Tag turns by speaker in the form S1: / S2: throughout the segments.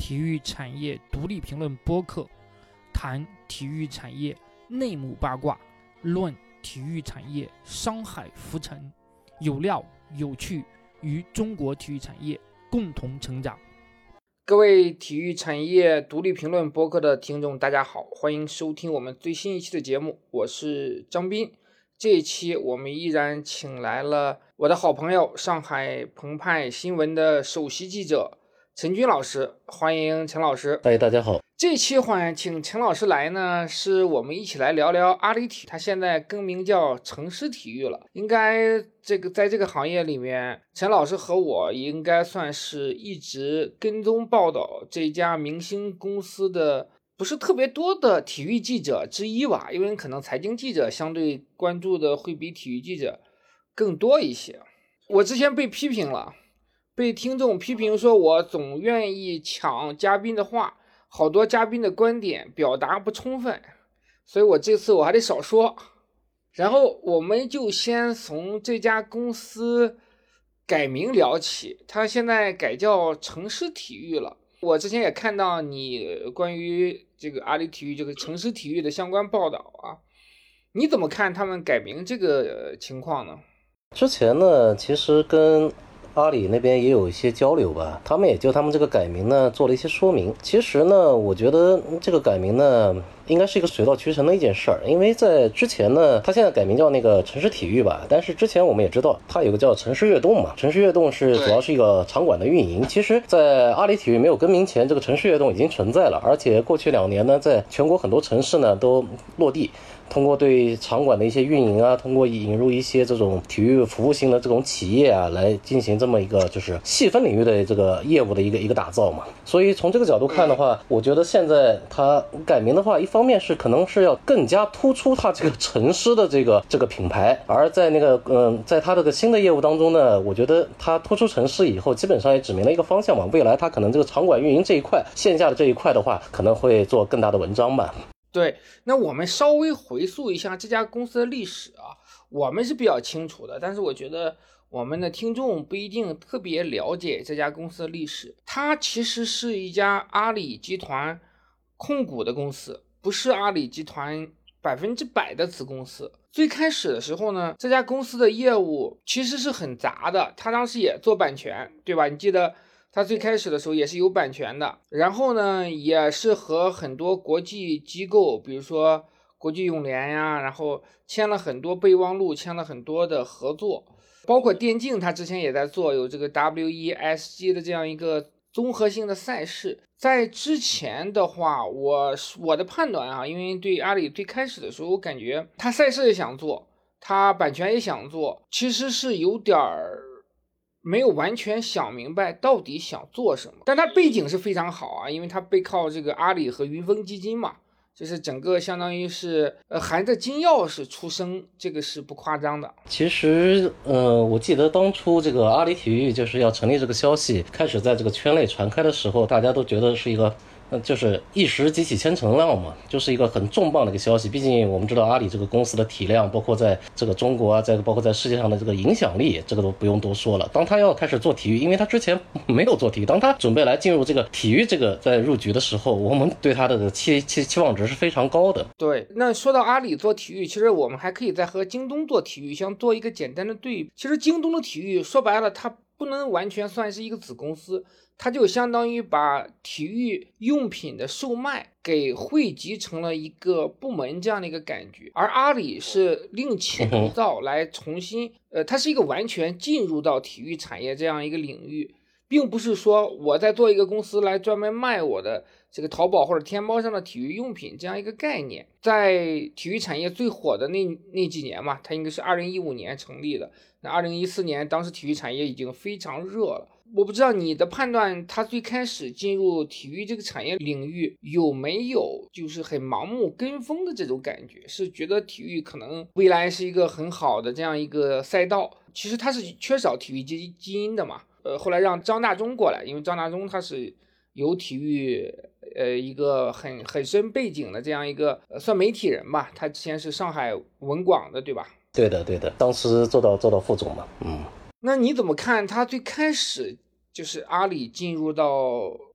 S1: 体育产业独立评论播客，谈体育产业内幕八卦，论体育产业商海浮沉，有料有趣，与中国体育产业共同成长。各位体育产业独立评论播客的听众大家好，欢迎收听我们最新一期的节目，我是张斌。这一期我们依然请来了我的好朋友上海澎湃新闻的首席记者陈军老师，欢迎陈老师。
S2: 大家好。
S1: 这期请陈老师来呢，是我们一起来聊聊阿里体育，它现在更名叫城市体育了。应该在这个行业里面，陈老师和我应该算是一直跟踪报道这家明星公司的不是特别多的体育记者之一吧，因为可能财经记者相对关注的会比体育记者更多一些。我之前被批评了，被听众批评说我总愿意抢嘉宾的话，好多嘉宾的观点表达不充分，所以我这次还得少说。然后我们就先从这家公司改名聊起，它现在改叫城市体育了。我之前也看到你关于这个阿里体育这个城市体育的相关报道啊，你怎么看他们改名这个情况呢？
S2: 之前呢，其实跟阿里那边也有一些交流吧，他们也就他们这个改名呢做了一些说明。其实呢，我觉得这个改名呢应该是一个水到渠成的一件事儿，因为在之前呢，他现在改名叫那个城市体育吧，但是之前我们也知道它有个叫城市悦动嘛，城市悦动是主要是一个场馆的运营。其实在阿里体育没有更名前，这个城市悦动已经存在了，而且过去2年呢，在全国很多城市呢都落地，通过对场馆的一些运营啊，通过引入一些这种体育服务性的这种企业啊，来进行这么一个就是细分领域的这个业务的一个打造嘛。所以从这个角度看的话，我觉得现在它改名的话，一方面是可能是要更加突出它这个城市的这个品牌，而在那个在它这个新的业务当中呢，我觉得它突出城市以后，基本上也指明了一个方向嘛。未来它可能这个场馆运营这一块，线下的这一块的话，可能会做更大的文章吧。
S1: 对，那我们稍微回溯一下这家公司的历史啊，我们是比较清楚的，但是我觉得我们的听众不一定特别了解这家公司的历史。它其实是一家阿里集团控股的公司，不是阿里集团100%的子公司。最开始的时候呢，这家公司的业务其实是很杂的，它当时也做版权，对吧？你记得他最开始的时候也是有版权的，然后呢也是和很多国际机构，比如说国际泳联呀，然后签了很多备忘录，签了很多的合作，包括电竞他之前也在做，有这个 WESG 的这样一个综合性的赛事。在之前的话，我的判断啊，因为对阿里最开始的时候，我感觉他赛事也想做，他版权也想做，其实是有点没有完全想明白到底想做什么。但它背景是非常好啊，因为它背靠这个阿里和云峰基金嘛，就是整个相当于是含着金钥匙出生，这个是不夸张的。
S2: 其实我记得当初这个阿里体育就是要成立这个消息开始在这个圈内传开的时候，大家都觉得是一个就是一石激起千层浪嘛，就是一个很重磅的一个消息。毕竟我们知道阿里这个公司的体量，包括在这个中国啊，包括在世界上的这个影响力，这个都不用多说了。当他要开始做体育，因为他之前没有做体育，当他准备来进入这个体育这个在入局的时候，我们对他的期望值是非常高的。
S1: 对，那说到阿里做体育，其实我们还可以再和京东做体育相做一个简单的对比。其实京东的体育说白了，它不能完全算是一个子公司，它就相当于把体育用品的售卖给汇集成了一个部门这样的一个感觉。而阿里是另起炉灶来重新它是一个完全进入到体育产业这样一个领域，并不是说我在做一个公司来专门卖我的这个淘宝或者天猫上的体育用品这样一个概念。在体育产业最火的那几年嘛，它应该是2015年成立的，那2014年当时体育产业已经非常热了。我不知道你的判断，它最开始进入体育这个产业领域有没有就是很盲目跟风的这种感觉，是觉得体育可能未来是一个很好的这样一个赛道，其实它是缺少体育基因的嘛。后来让张大中过来，因为张大中他是有体育一个很深背景的这样一个算媒体人吧，他之前是上海文广的，对吧？
S2: 对的，当时做到副总嘛。
S1: 那你怎么看他最开始就是阿里进入到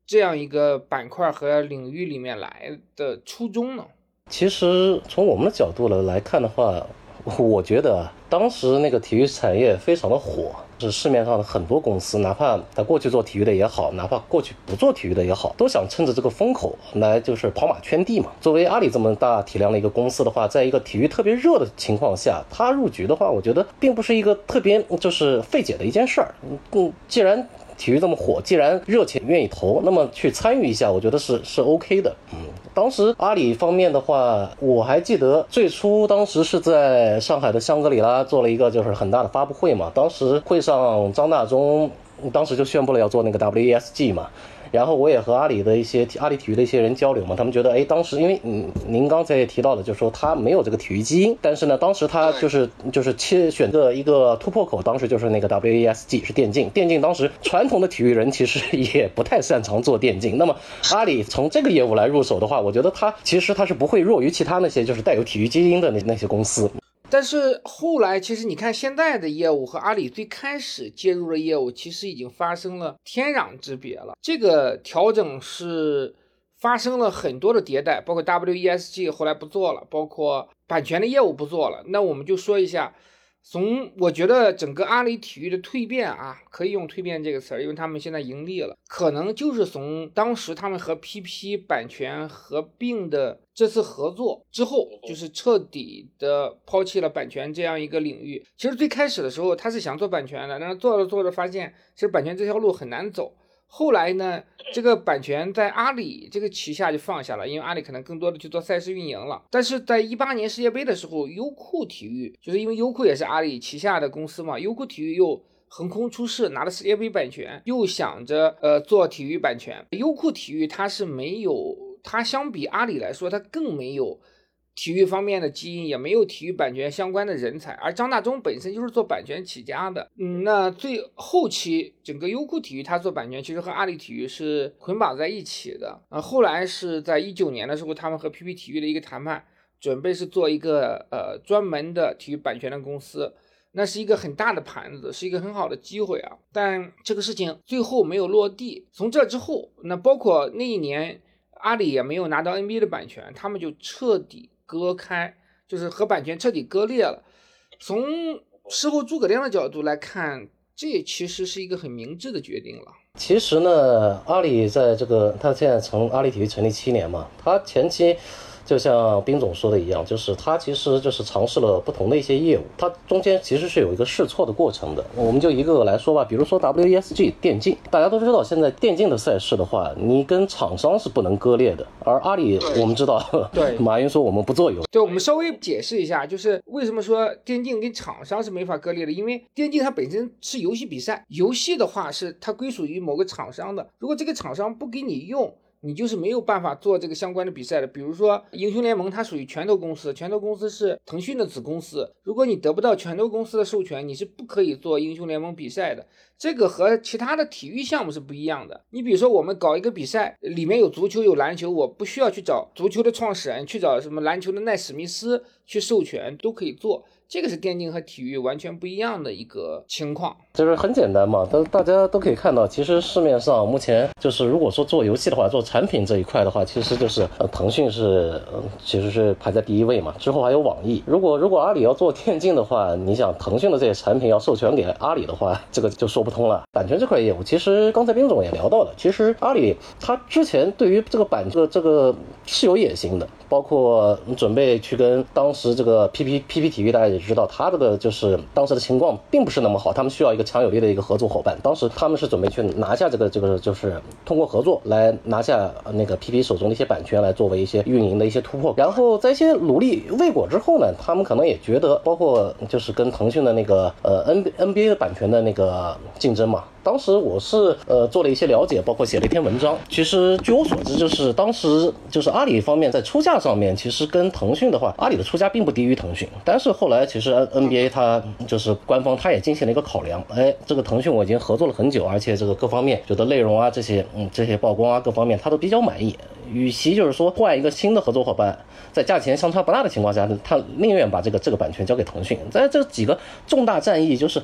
S1: 这样一个板块和领域里面来的初衷呢？
S2: 其实从我们的角度来看的话，我觉得当时那个体育产业非常的火，是市面上的很多公司，哪怕他过去做体育的也好，哪怕过去不做体育的也好，都想趁着这个风口来就是跑马圈地嘛。作为阿里这么大体量的一个公司的话，在一个体育特别热的情况下，他入局的话，我觉得并不是一个特别就是费解的一件事儿。既然体育这么火，既然热钱愿意投，那么去参与一下，我觉得是 OK 的。当时阿里方面的话，我还记得最初当时是在上海的香格里拉做了一个就是很大的发布会嘛，当时会上张大中当时就宣布了要做那个 WESG 嘛。然后我也和阿里体育的一些人交流嘛，他们觉得当时因为您刚才也提到了，就是说他没有这个体育基因，但是呢当时他就是选择一个突破口，当时就是那个 WESG 是电竞当时传统的体育人其实也不太擅长做电竞，那么阿里从这个业务来入手的话，我觉得他其实是不会弱于其他那些就是带有体育基因的那些公司。
S1: 但是后来其实你看现在的业务和阿里最开始介入的业务其实已经发生了天壤之别了，这个调整是发生了很多的迭代，包括 WESG 后来不做了，包括版权的业务不做了。那我们就说一下，我觉得整个阿里体育的蜕变啊，可以用蜕变这个词儿，因为他们现在盈利了，可能就是从当时他们和 PP 版权合并的这次合作之后，就是彻底的抛弃了版权这样一个领域。其实最开始的时候他是想做版权的，但是做着发现其实版权这条路很难走。后来呢，这个版权在阿里这个旗下就放下了，因为阿里可能更多的去做赛事运营了。但是在18年世界杯的时候，优酷体育就是因为优酷也是阿里旗下的公司嘛，优酷体育又横空出世，拿了世界杯版权，又想着做体育版权。优酷体育它相比阿里来说，它更没有体育方面的基因，也没有体育版权相关的人才，而张大中本身就是做版权起家的。那最后期整个优酷体育他做版权其实和阿里体育是捆绑在一起的。后来是在19年的时候，他们和 PP 体育的一个谈判，准备是做一个专门的体育版权的公司，那是一个很大的盘子，是一个很好的机会啊。但这个事情最后没有落地。从这之后，那包括那一年阿里也没有拿到 NBA 的版权，他们就彻底割开，就是和版权彻底割裂了。从事后诸葛亮的角度来看，这其实是一个很明智的决定了。
S2: 其实呢，阿里在他现在阿里体育成立7年嘛，他前期就像彬总说的一样，就是他其实就是尝试了不同的一些业务，他中间其实是有一个试错的过程的。我们就一个个来说吧，比如说 WESG 电竞，大家都知道现在电竞的赛事的话，你跟厂商是不能割裂的，而阿里我们知道，对，马云说我们不做游戏。
S1: 对，我们稍微解释一下，就是为什么说电竞跟厂商是没法割裂的，因为电竞它本身是游戏比赛，游戏的话是它归属于某个厂商的，如果这个厂商不给你用，你就是没有办法做这个相关的比赛的。比如说英雄联盟它属于拳头公司，拳头公司是腾讯的子公司，如果你得不到拳头公司的授权，你是不可以做英雄联盟比赛的。这个和其他的体育项目是不一样的。你比如说我们搞一个比赛，里面有足球有篮球，我不需要去找足球的创始人，去找什么篮球的奈史密斯去授权，都可以做。这个是电竞和体育完全不一样的一个情况，
S2: 就是很简单嘛，大家都可以看到，其实市面上目前就是如果说做游戏的话，做产品这一块的话，其实就是腾讯其实是排在第一位嘛，之后还有网易。如果阿里要做电竞的话，你想腾讯的这些产品要授权给阿里的话，这个就说不通了。版权这块业务，其实刚才彬总也聊到了，其实阿里他之前对于这个这个是有野心的，包括准备去跟当时这个 PP 体育，大家也知道他的就是当时的情况并不是那么好，他们需要一个强有力的一个合作伙伴。当时他们是准备去拿下这个就是通过合作来拿下那个 PP 手中的一些版权，来作为一些运营的一些突破。然后在一些努力未果之后呢，他们可能也觉得，包括就是跟腾讯的那个NBA 的版权的那个竞争嘛。当时我是做了一些了解，包括写了一篇文章。其实据我所知，就是当时就是阿里方面在出价上面，其实跟腾讯的话，阿里的出价并不低于腾讯。但是后来其实 NBA 它就是官方它也进行了一个考量，这个腾讯我已经合作了很久，而且这个各方面觉得内容啊这些曝光啊各方面他都比较满意。与其就是说换一个新的合作伙伴，在价钱相差不大的情况下，他宁愿把这个版权交给腾讯。在这几个重大战役就是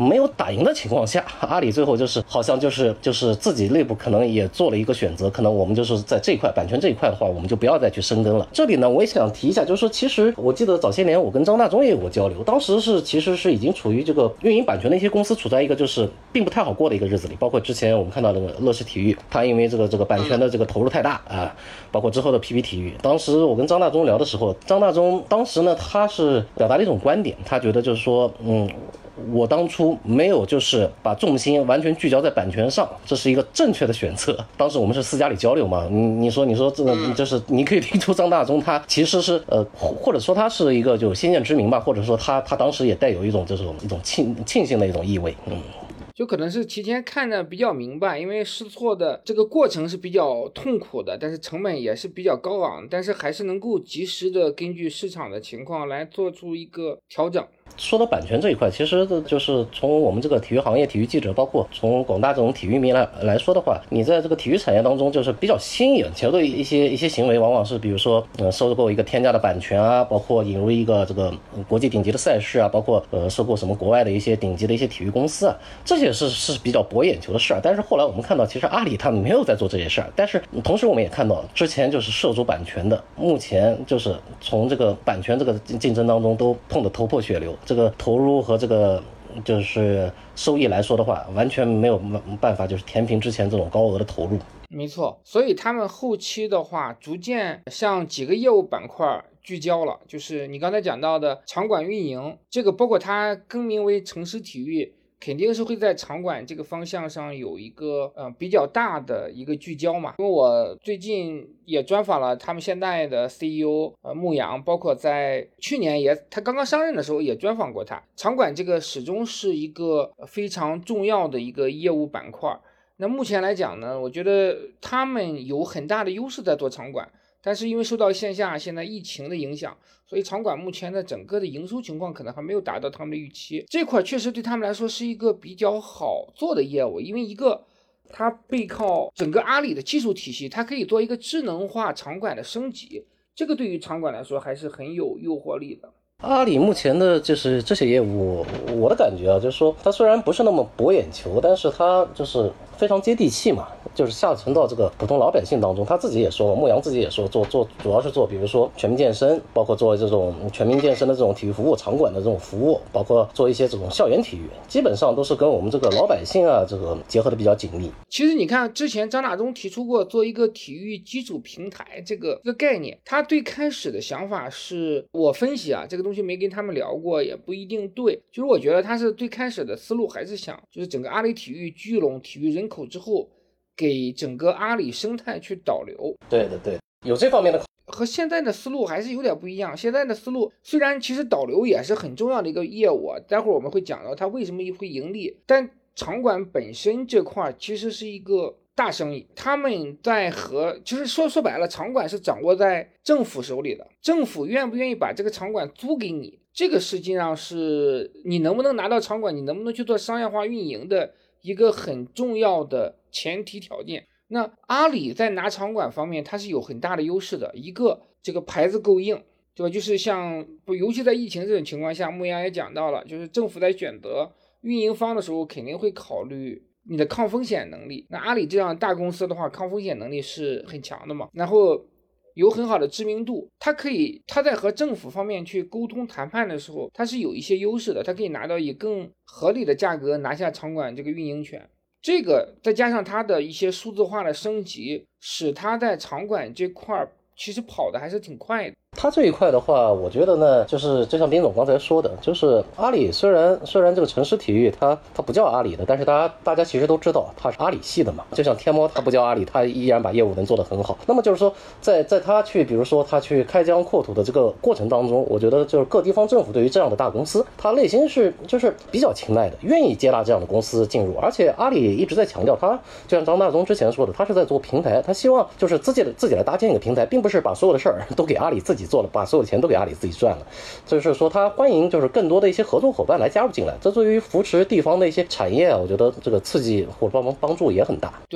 S2: 没有打赢的情况下，阿里最后好像就是自己内部可能也做了一个选择，可能我们就是在这一块版权这一块的话，我们就不要再去深耕了。这里呢，我也想提一下，就是说其实我记得早些年我跟张大中也有过交流，当时其实是已经处于这个运营版权的一些公司处在一个就是并不太好过的一个日子里，包括之前我们看到这个乐视体育，它因为这个版权的这个投入太大啊，包括之后的 PP 体育。当时我跟张大中聊的时候，张大中当时呢，他是表达了一种观点，他觉得就是说我当初没有就是把重心完全聚焦在版权上，这是一个正确的选择。当时我们是私下里交流嘛，你说这个就是你可以听出张大中他其实是或者说他是一个就先见之明吧，或者说他当时也带有一种庆幸的一种意味。
S1: 就可能是提前看得比较明白，因为试错的这个过程是比较痛苦的，但是成本也是比较高昂，但是还是能够及时的根据市场的情况来做出一个调整。
S2: 说到版权这一块，其实就是从我们这个体育行业、体育记者，包括从广大这种体育迷来说的话，你在这个体育产业当中，就是比较吸引眼球的一些行为，往往是比如说收购一个天价的版权啊，包括引入一个这个国际顶级的赛事啊，包括收购什么国外的一些顶级的一些体育公司啊，这些是比较博眼球的事儿。但是后来我们看到，其实阿里他们没有在做这些事儿，但是同时我们也看到，之前就是涉足版权的，目前就是从这个版权这个竞争当中都碰得头破血流。这个投入和这个就是收益来说的话，完全没有办法就是填平之前这种高额的投入。
S1: 没错，所以他们后期的话逐渐向几个业务板块聚焦了，就是你刚才讲到的场馆运营，这个包括它更名为城市体育，肯定是会在场馆这个方向上有一个比较大的一个聚焦嘛。因为我最近也专访了他们现在的 CEO 牧羊，包括在去年他刚刚上任的时候也专访过他。场馆这个始终是一个非常重要的一个业务板块。那目前来讲呢，我觉得他们有很大的优势在做场馆，但是因为受到线下现在疫情的影响，所以场馆目前的整个的营收情况可能还没有达到他们的预期。这块确实对他们来说是一个比较好做的业务，因为一个它背靠整个阿里的技术体系，它可以做一个智能化场馆的升级，这个对于场馆来说还是很有诱惑力的。
S2: 阿里目前的就是这些业务，我的感觉啊，就是说它虽然不是那么博眼球，但是它就是非常接地气嘛，就是下沉到这个普通老百姓当中。他自己也说，牧羊自己也说，做主要是做，比如说全民健身，包括做这种全民健身的这种体育服务，场馆的这种服务，包括做一些这种校园体育，基本上都是跟我们这个老百姓啊这个结合的比较紧密。
S1: 其实你看，之前张大中提出过做一个体育基础平台这个概念，他最开始的想法是，我分析啊，这个东西没跟他们聊过，也不一定对。就是我觉得他是最开始的思路还是想，就是整个阿里体育聚拢体育人口之后，给整个阿里生态去导流。
S2: 对的，有这方面的。
S1: 和现在的思路还是有点不一样。现在的思路虽然其实导流也是很重要的一个业务，待会儿我们会讲到它为什么会盈利，但场馆本身这块其实是一个大生意。他们在其实说白了，场馆是掌握在政府手里的，政府愿不愿意把这个场馆租给你，这个实际上是你能不能拿到场馆，你能不能去做商业化运营的一个很重要的前提条件。那阿里在拿场馆方面它是有很大的优势的，一个这个牌子够硬，对吧？就是尤其在疫情这种情况下，牧羊也讲到了，就是政府在选择运营方的时候肯定会考虑你的抗风险能力。那阿里这样大公司的话，抗风险能力是很强的嘛，然后有很好的知名度，他在和政府方面去沟通谈判的时候，他是有一些优势的，他可以拿到以更合理的价格拿下场馆这个运营权。这个再加上它的一些数字化的升级，使它在场馆这块其实跑的还是挺快的。
S2: 它这一块的话，我觉得呢，就是就像丁总刚才说的，就是阿里虽然这个城市体育它不叫阿里的，但是大家其实都知道它是阿里系的嘛。就像天猫它不叫阿里，它依然把业务能做得很好。那么就是说，在它去比如说它去开疆扩土的这个过程当中，我觉得就是各地方政府对于这样的大公司，它内心是就是比较青睐的，愿意接纳这样的公司进入。而且阿里一直在强调，它就像张大中之前说的，他是在做平台，他希望就是自己来搭建一个平台，并不是把所有的事儿都给阿里自己做了，把所有的钱都给阿里自己赚了。就是说他欢迎就是更多的一些合作伙伴来加入进来，这对于扶持地方的一些产业，我觉得这个刺激或者帮助也很大。
S1: 对，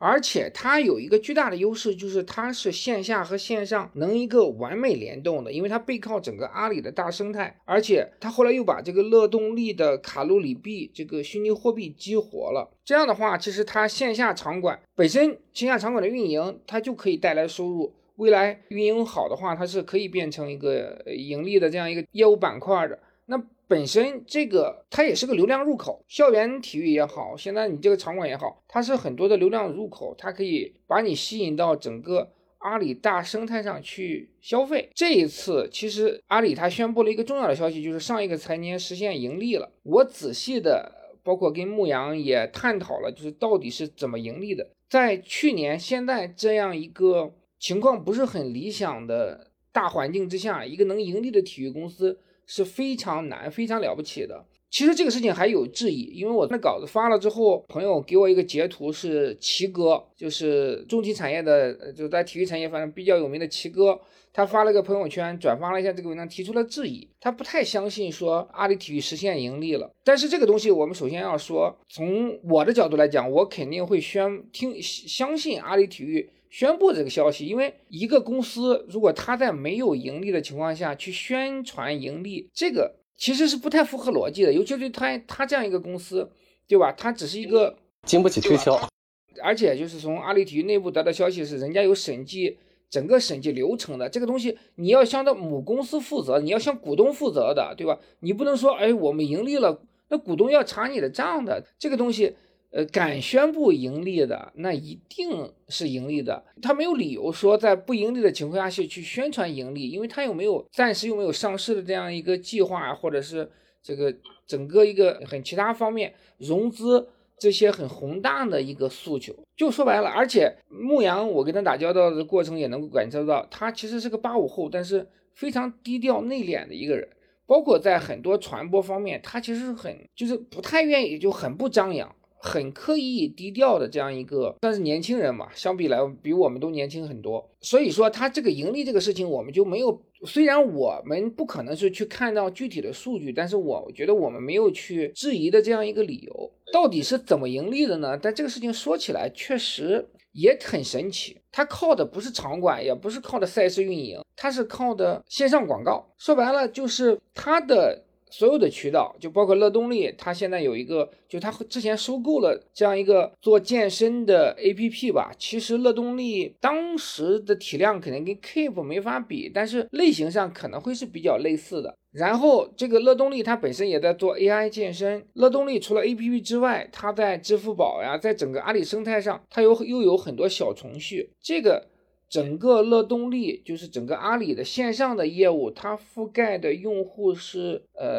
S1: 而且它有一个巨大的优势，就是它是线下和线上能一个完美联动的，因为它背靠整个阿里的大生态，而且它后来又把这个乐动力的卡路里币这个虚拟货币激活了。这样的话，其实它线下场馆本身线下场馆的运营，它就可以带来收入。未来运营好的话，它是可以变成一个盈利的这样一个业务板块的。那本身这个它也是个流量入口，校园体育也好，现在你这个场馆也好，它是很多的流量入口，它可以把你吸引到整个阿里大生态上去消费。这一次其实阿里它宣布了一个重要的消息，就是上一个财年实现盈利了。我仔细的包括跟牧羊也探讨了，就是到底是怎么盈利的。在去年现在这样一个情况不是很理想的大环境之下，一个能盈利的体育公司是非常难非常了不起的。其实这个事情还有质疑，因为我那稿子发了之后，朋友给我一个截图，是齐哥，就是重体产业的，就在体育产业反正比较有名的齐哥，他发了个朋友圈，转发了一下这个文章，提出了质疑。他不太相信说阿里体育实现盈利了。但是这个东西我们首先要说，从我的角度来讲，我肯定会相信阿里体育宣布这个消息，因为一个公司如果他在没有盈利的情况下去宣传盈利，这个其实是不太符合逻辑的，尤其是他这样一个公司，对吧？他只是一个
S2: 经不起推敲，
S1: 而且就是从阿里体育内部得到消息是，人家有整个审计流程的，这个东西你要向到母公司负责，你要向股东负责的，对吧？你不能说我们盈利了，那股东要查你的账的，这个东西敢宣布盈利的，那一定是盈利的。他没有理由说在不盈利的情况下去宣传盈利，因为他暂时又没有上市的这样一个计划，或者是这个整个一个很其他方面融资这些很宏大的一个诉求。就说白了，而且牧羊我跟他打交道的过程也能够感受到，他其实是个85后，但是非常低调内敛的一个人。包括在很多传播方面，他其实就是不太愿意，就很不张扬，很刻意低调的这样一个，但是年轻人嘛，相比来比我们都年轻很多。所以说他这个盈利这个事情，我们就没有，虽然我们不可能是去看到具体的数据，但是我觉得我们没有去质疑的这样一个理由。到底是怎么盈利的呢？但这个事情说起来确实也很神奇，它靠的不是场馆，也不是靠的赛事运营，它是靠的线上广告。说白了就是它的所有的渠道，就包括乐动力，它现在有一个，就它之前收购了这样一个做健身的 APP 吧。其实乐动力当时的体量可能跟 Keep 没法比，但是类型上可能会是比较类似的。然后这个乐动力它本身也在做 AI 健身。乐动力除了 APP 之外，它在支付宝呀，在整个阿里生态上，它又有很多小程序。这个整个乐动力就是整个阿里的线上的业务，它覆盖的用户是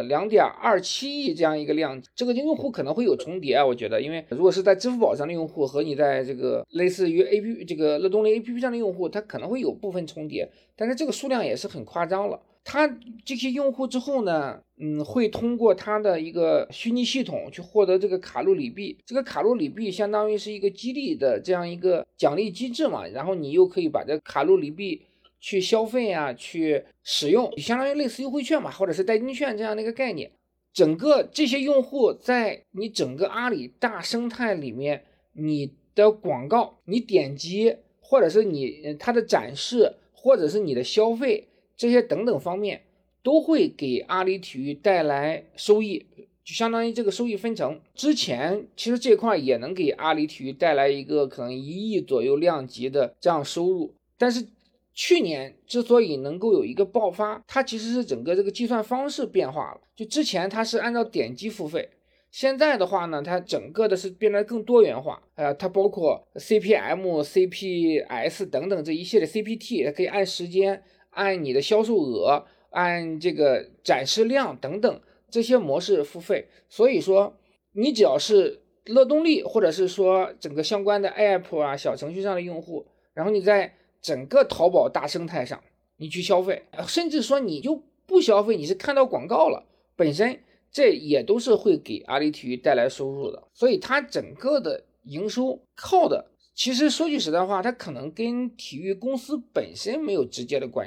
S1: 2.27亿这样一个量级。这个用户可能会有重叠啊，我觉得，因为如果是在支付宝上的用户和你在这个类似于 APP 这个乐动力 APP 上的用户，它可能会有部分重叠，但是这个数量也是很夸张了。它这些用户之后呢，会通过它的一个虚拟系统去获得这个卡路里币。这个卡路里币相当于是一个激励的这样一个奖励机制嘛，然后你又可以把这卡路里币去消费啊，去使用，相当于类似优惠券嘛，或者是代金券这样的一个概念。整个这些用户在你整个阿里大生态里面，你的广告，你点击，或者是它的展示，或者是你的消费，这些等等方面都会给阿里体育带来收益，就相当于这个收益分成。之前其实这块也能给阿里体育带来一个可能1亿左右量级的这样收入，但是去年之所以能够有一个爆发，它其实是整个这个计算方式变化了。就之前它是按照点击付费，现在的话呢，它整个的是变得更多元化，它包括 CPM、CPS 等等这一系列 CPT， 它可以按时间，按你的销售额，按这个展示量等等这些模式付费。所以说你只要是乐动力或者是说整个相关的 App 啊小程序上的用户，然后你在整个淘宝大生态上你去消费，甚至说你就不消费，你是看到广告了，本身这也都是会给阿里体育带来收入的。所以它整个的营收靠的，其实说句实在话，它可能跟体育公司本身没有直接的关系。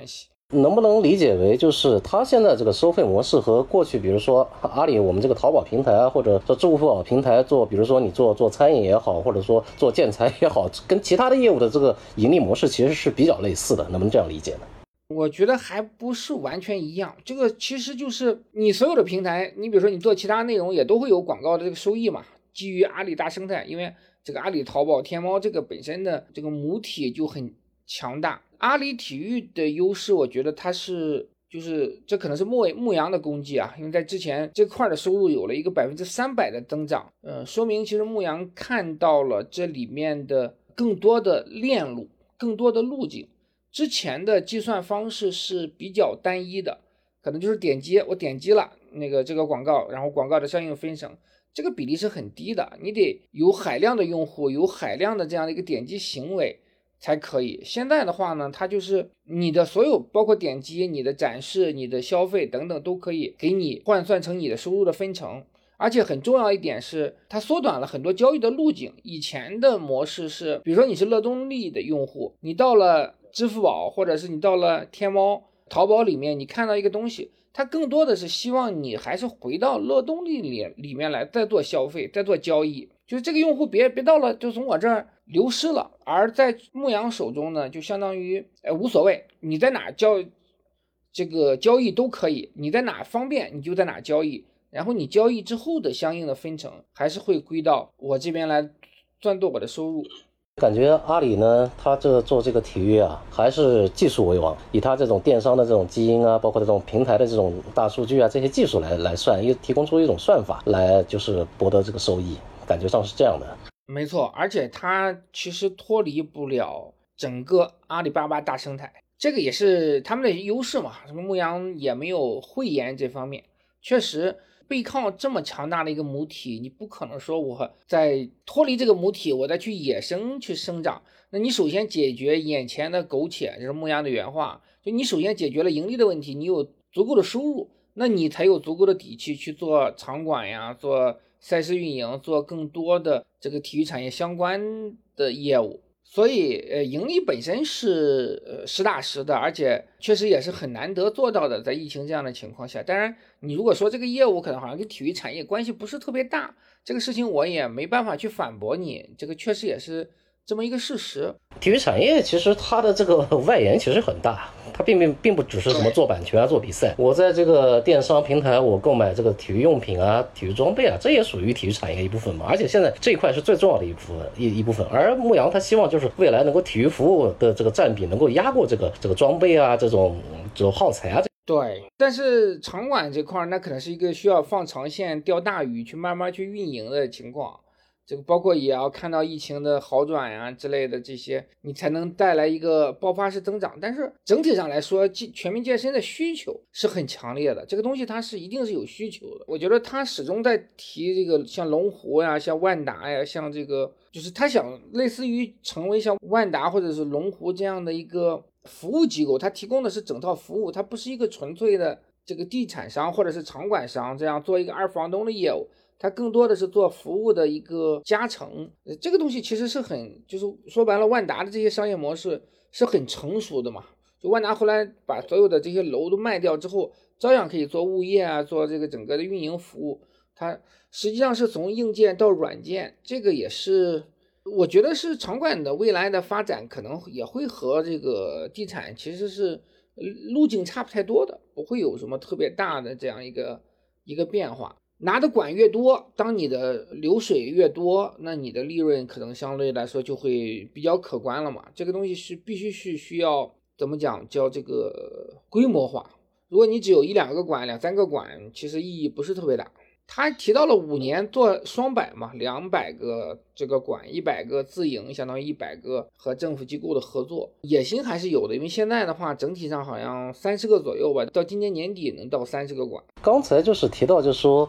S2: 能不能理解为就是它现在这个收费模式和过去，比如说阿里我们这个淘宝平台啊，或者说支付宝平台做，比如说你做餐饮也好，或者说做建材也好，跟其他的业务的这个盈利模式其实是比较类似的，能不能这样理解呢？
S1: 我觉得还不是完全一样，这个其实就是你所有的平台，你比如说你做其他内容也都会有广告的这个收益嘛，基于阿里大生态，因为这个阿里淘宝天猫这个本身的这个母体就很强大。阿里体育的优势我觉得它是就是这可能是牧羊的功绩啊，因为在之前这块的收入有了一个300%的增长，说明其实牧羊看到了这里面的更多的链路，更多的路径。之前的计算方式是比较单一的，可能就是我点击了这个广告，然后广告的相应分成，这个比例是很低的，你得有海量的用户，有海量的这样的一个点击行为才可以。现在的话呢，它就是你的所有包括点击、你的展示、你的消费等等都可以给你换算成你的收入的分成。而且很重要一点是它缩短了很多交易的路径。以前的模式是比如说你是乐东力的用户，你到了支付宝或者是你到了天猫淘宝里面，你看到一个东西，它更多的是希望你还是回到乐东力里面来再做消费再做交易，就是这个用户别到了就从我这儿流失了。而在牧羊手中呢，就相当于无所谓，你在哪这个交易都可以，你在哪方便你就在哪交易，然后你交易之后的相应的分成还是会归到我这边来赚多我的收入。
S2: 感觉阿里呢，它做这个体育啊，还是技术为王，以它这种电商的这种基因啊，包括这种平台的这种大数据啊，这些技术来算，又提供出一种算法来，就是博得这个收益，感觉上是这样的。
S1: 没错，而且它其实脱离不了整个阿里巴巴大生态，这个也是他们的优势嘛。什么牧羊也没有讳言这方面，确实背靠这么强大的一个母体，你不可能说我在脱离这个母体我再去野生去生长。那你首先解决眼前的苟且，这是牧羊的原话，就你首先解决了盈利的问题，你有足够的收入，那你才有足够的底气去做场馆呀，做赛事运营，做更多的这个体育产业相关的业务。所以盈利本身是实打实的，而且确实也是很难得做到的，在疫情这样的情况下。当然你如果说这个业务可能好像跟体育产业关系不是特别大，这个事情我也没办法去反驳你，这个确实也是这么一个事实。
S2: 体育产业其实它的这个外延其实很大，它并不只是什么做版权啊、做比赛。我在这个电商平台，我购买这个体育用品啊、体育装备啊，这也属于体育产业一部分嘛。而且现在这一块是最重要的一部分。而牧羊它希望就是未来能够体育服务的这个占比能够压过这个装备啊、这种耗材啊。
S1: 对，但是场馆这块那可能是一个需要放长线钓大鱼去慢慢去运营的情况。这个包括也要看到疫情的好转呀之类的，这些你才能带来一个爆发式增长。但是整体上来说，全民健身的需求是很强烈的，这个东西它是一定是有需求的。我觉得他始终在提这个像龙湖呀、像万达呀、像这个就是他想类似于成为像万达或者是龙湖这样的一个服务机构，他提供的是整套服务，它不是一个纯粹的这个地产商或者是场馆商这样做一个二房东的业务，它更多的是做服务的一个加成。这个东西其实是就是说白了，万达的这些商业模式是很成熟的嘛。就万达后来把所有的这些楼都卖掉之后，照样可以做物业啊，做这个整个的运营服务。它实际上是从硬件到软件，这个也是我觉得是场馆的未来的发展可能也会和这个地产其实是路径差不太多的，不会有什么特别大的这样一个变化。拿的管越多，当你的流水越多，那你的利润可能相对来说就会比较可观了嘛。这个东西是必须是需要怎么讲，叫这个规模化。如果你只有1-2个馆、2-3个馆，其实意义不是特别大。他提到了5年做双百嘛，200个这个馆，100个自营，相当于100个和政府机构的合作，野心还是有的。因为现在的话，整体上好像30个左右吧，到今年年底能到30个馆。
S2: 刚才就是提到，就是说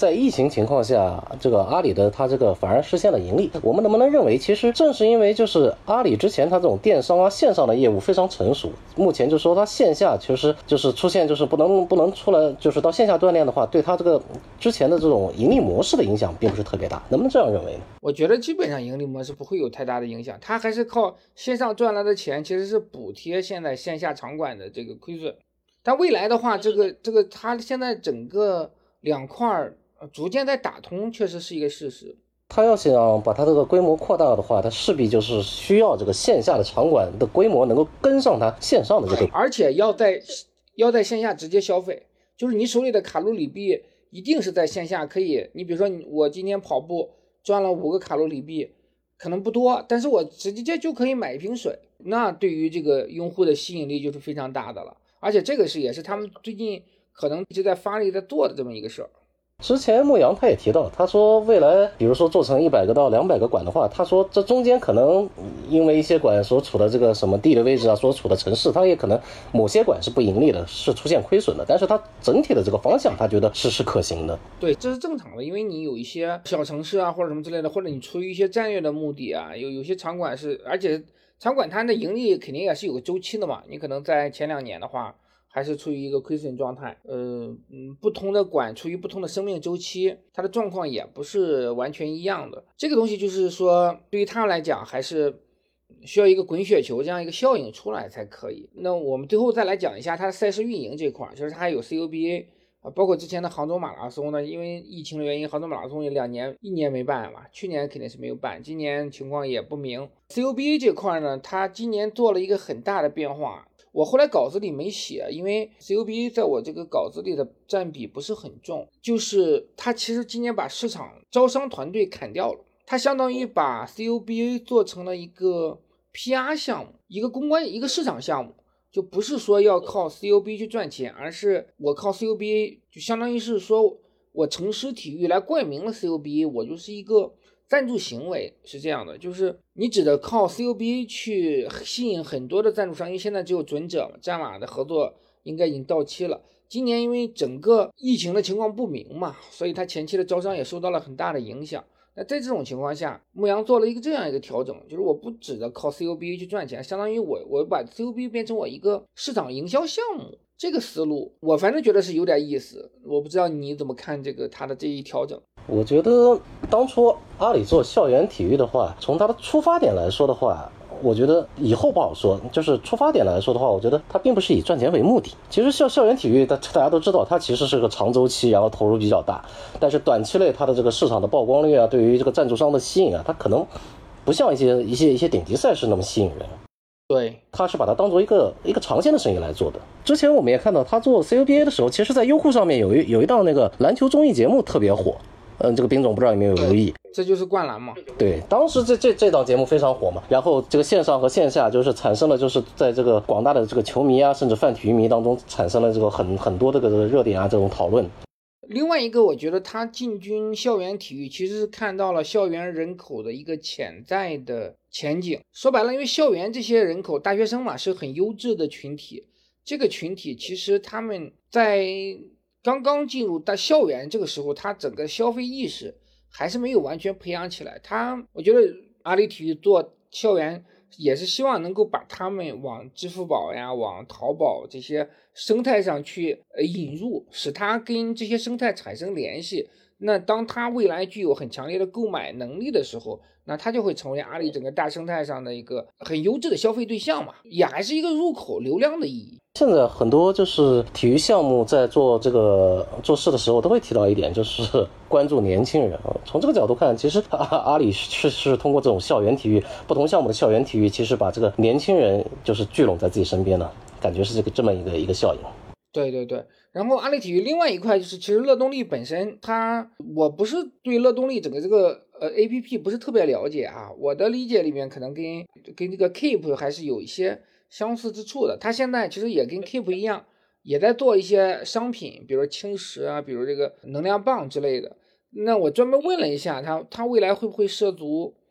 S2: 在疫情情况下，这个阿里的它这个反而实现了盈利。我们能不能认为，其实正是因为就是阿里之前它这种电商啊线上的业务非常成熟，目前就是说它线下其实就是出现就是不能出来就是到线下锻炼的话，对它这个之前的这种盈利模式的影响并不是特别大，能不能这样认为呢？
S1: 我觉得基本上盈利模式不会有太大的影响，它还是靠线上赚来的钱其实是补贴现在线下场馆的这个亏损。但未来的话，这个它现在整个两块逐渐在打通，确实是一个事实。
S2: 他要想把它这个规模扩大的话，他势必就是需要这个线下的场馆的规模能够跟上它线上的这个，
S1: 而且要在线下直接消费，就是你手里的卡路里币一定是在线下可以。你比如说我今天跑步赚了5个卡路里币，可能不多，但是我直接就可以买一瓶水，那对于这个用户的吸引力就是非常大的了。而且这个也是他们最近可能一直在发力在做的这么一个事儿。
S2: 之前牧羊他也提到，他说未来比如说做成100个到200个馆的话，他说这中间可能因为一些馆所处的这个什么地理位置啊，所处的城市，它也可能某些馆是不盈利的，是出现亏损的，但是它整体的这个方向他觉得是可行的。
S1: 对，这是正常的，因为你有一些小城市啊或者什么之类的，或者你出于一些战略的目的啊，有些场馆是，而且场馆它的盈利肯定也是有个周期的嘛，你可能在前2年的话还是处于一个亏损状态，不同的馆处于不同的生命周期，它的状况也不是完全一样的。这个东西就是说，对于他来讲，还是需要一个滚雪球这样一个效应出来才可以。那我们最后再来讲一下它的赛事运营这块，就是它还有 CUBA 啊，包括之前的杭州马拉松呢，因为疫情的原因，杭州马拉松也1年没办嘛，去年肯定是没有办，今年情况也不明。CUBA 这块呢，它今年做了一个很大的变化。我后来稿子里没写，因为 CUBA 在我这个稿子里的占比不是很重，就是它其实今年把市场招商团队砍掉了，它相当于把 CUBA 做成了一个 PR 项目，一个公关，一个市场项目，就不是说要靠 CUBA 去赚钱，而是我靠 CUBA 就相当于是说我城市体育来冠名了 CUBA， 我就是一个赞助行为，是这样的，就是你只得靠 CUBA 去吸引很多的赞助商，因为现在只有准者嘛，战马的合作应该已经到期了。今年因为整个疫情的情况不明嘛，所以他前期的招商也受到了很大的影响。那在这种情况下，牧羊做了一个这样一个调整，就是我不只得靠 CUBA 去赚钱，相当于我把 CUBA 变成我一个市场营销项目，这个思路我反正觉得是有点意思，我不知道你怎么看这个他的这一调整。
S2: 我觉得当初阿里做校园体育的话，从它的出发点来说的话，我觉得以后不好说，就是出发点来说的话，我觉得它并不是以赚钱为目的。其实校园体育大家都知道，它其实是个长周期，然后投入比较大，但是短期内它的这个市场的曝光率啊，对于这个赞助商的吸引啊，它可能不像一些顶级赛事那么吸引人。
S1: 对，
S2: 他是把它当做一个长线的生意来做的。之前我们也看到他做 CUBA 的时候，其实在优酷上面有一档那个篮球综艺节目特别火。这个兵总不知道有没有留意？
S1: 这就是灌篮嘛。
S2: 对，当时这档节目非常火嘛，然后这个线上和线下就是产生了，就是在这个广大的这个球迷啊，甚至泛体育迷当中产生了这个很多这个热点啊，这种讨论。
S1: 另外一个，我觉得他进军校园体育，其实是看到了校园人口的一个潜在的前景。说白了，因为校园这些人口，大学生嘛，是很优质的群体。这个群体其实他们在刚刚进入到校园这个时候，他整个消费意识还是没有完全培养起来。我觉得阿里体育做校园也是希望能够把他们往支付宝呀、往淘宝这些生态上去引入，使它跟这些生态产生联系。那当它未来具有很强烈的购买能力的时候，那它就会成为阿里整个大生态上的一个很优质的消费对象嘛，也还是一个入口流量的意义。
S2: 现在很多就是体育项目在做事的时候都会提到一点，就是关注年轻人啊。从这个角度看，其实阿里是通过这种校园体育，不同项目的校园体育，其实把这个年轻人就是聚拢在自己身边的，感觉是这么一个效应。
S1: 对对对，然后阿里体育另外一块就是，其实乐动力本身我不是对乐动力整个这个APP 不是特别了解啊，我的理解里面可能跟这个 Keep 还是有一些相似之处的。它现在其实也跟 Keep 一样，也在做一些商品，比如轻食啊，比如这个能量棒之类的。那我专门问了一下它未来会不会涉足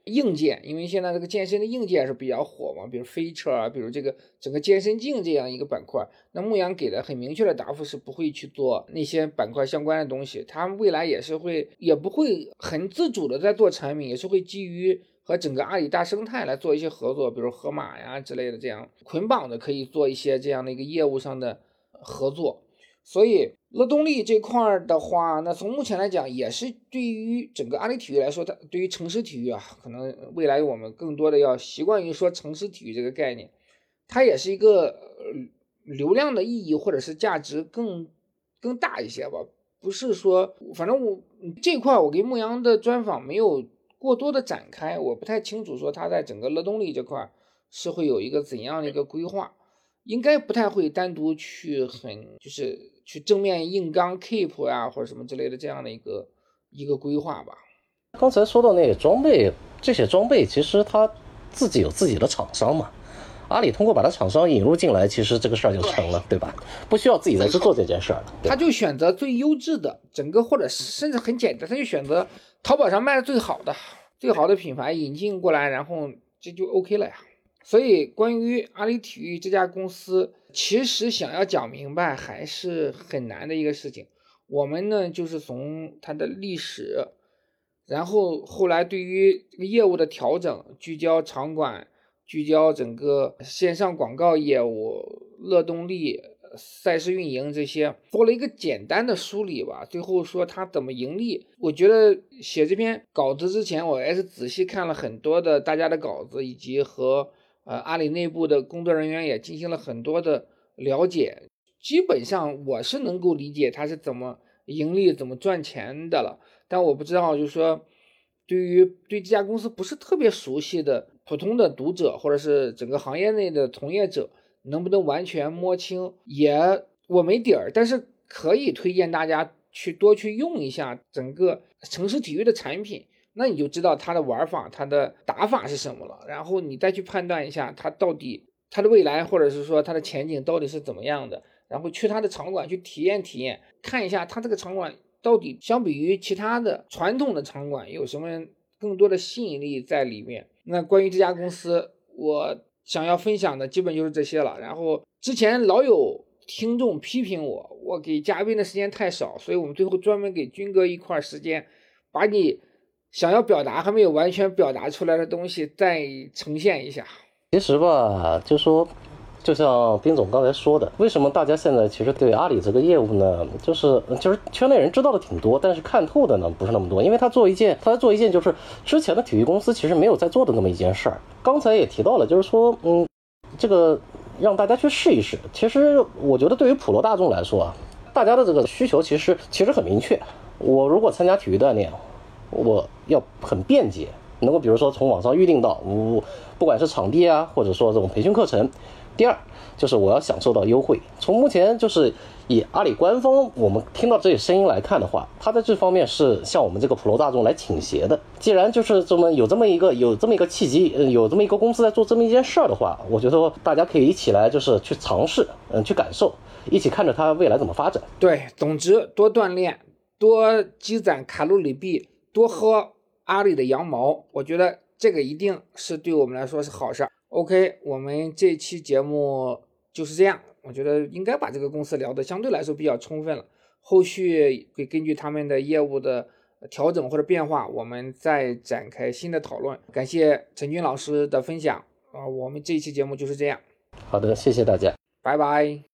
S1: 硬件，因为现在这个健身的硬件是比较火嘛，比如 feature 啊，比如这个整个健身镜这样一个板块，那牧羊给的很明确的答复是不会去做那些板块相关的东西，他们未来也不会很自主的在做产品，也是会基于和整个阿里大生态来做一些合作，比如盒马呀之类的，这样捆绑的可以做一些这样的一个业务上的合作。所以乐动力这块的话，那从目前来讲，也是对于整个阿里体育来说，它对于城市体育啊，可能未来我们更多的要习惯于说城市体育这个概念，它也是一个流量的意义或者是价值更大一些吧。不是说，反正我这块我给牧羊的专访没有过多的展开，我不太清楚说他在整个乐动力这块是会有一个怎样的一个规划。应该不太会单独去就是去正面硬刚 keep 啊或者什么之类的这样的一个规划吧。
S2: 刚才说到那个装备，这些装备其实它自己有自己的厂商嘛，阿里通过把它厂商引入进来，其实这个事儿就成了，对吧？不需要自己再去做这件事儿了。
S1: 他就选择最优质的整个，或者甚至很简单，他就选择淘宝上卖的最好的品牌引进过来，然后这就 OK 了呀。所以关于阿里体育这家公司，其实想要讲明白还是很难的一个事情。我们呢就是从它的历史，然后后来对于这个业务的调整，聚焦场馆，聚焦整个线上广告业务、乐动力、赛事运营这些，做了一个简单的梳理吧。最后说它怎么盈利，我觉得写这篇稿子之前，我也是仔细看了很多的大家的稿子，以及和阿里内部的工作人员也进行了很多的了解，基本上我是能够理解它是怎么盈利、怎么赚钱的了。但我不知道，就是说对这家公司不是特别熟悉的普通的读者，或者是整个行业内的从业者，能不能完全摸清，我没底儿，但是可以推荐大家多去用一下整个城市体育的产品。那你就知道它的玩法，它的打法是什么了，然后你再去判断一下它到底它的未来，或者是说它的前景到底是怎么样的，然后去它的场馆去体验，看一下它这个场馆到底相比于其他的传统的场馆有什么更多的吸引力在里面。那关于这家公司，我想要分享的基本就是这些了。然后之前老有听众批评我给嘉宾的时间太少，所以我们最后专门给军哥一块时间，把你想要表达还没有完全表达出来的东西再呈现一下。
S2: 其实吧，就像斌总刚才说的，为什么大家现在其实对阿里这个业务呢，就是圈内人知道的挺多，但是看透的呢不是那么多，因为他在做一件就是之前的体育公司其实没有在做的那么一件事儿。刚才也提到了，就是说这个让大家去试一试。其实我觉得对于普罗大众来说啊，大家的这个需求其实很明确。我如果参加体育锻炼，我要很便捷，能够比如说从网上预定到不管是场地啊，或者说这种培训课程。第二就是我要享受到优惠。从目前就是以阿里官方我们听到这些声音来看的话，它在这方面是向我们这个普罗大众来倾斜的。既然就是有这么一个契机，有这么一个公司在做这么一件事儿的话，我觉得大家可以一起来就是去尝试，去感受，一起看着它未来怎么发展。
S1: 对，总之多锻炼，多积攒卡路里币，多喝阿里的羊毛，我觉得这个一定是对我们来说是好事。OK， 我们这期节目就是这样，我觉得应该把这个公司聊得相对来说比较充分了，后续会根据他们的业务的调整或者变化，我们再展开新的讨论。感谢陈军老师的分享我们这一期节目就是这样。
S2: 好的，谢谢大家，
S1: 拜拜。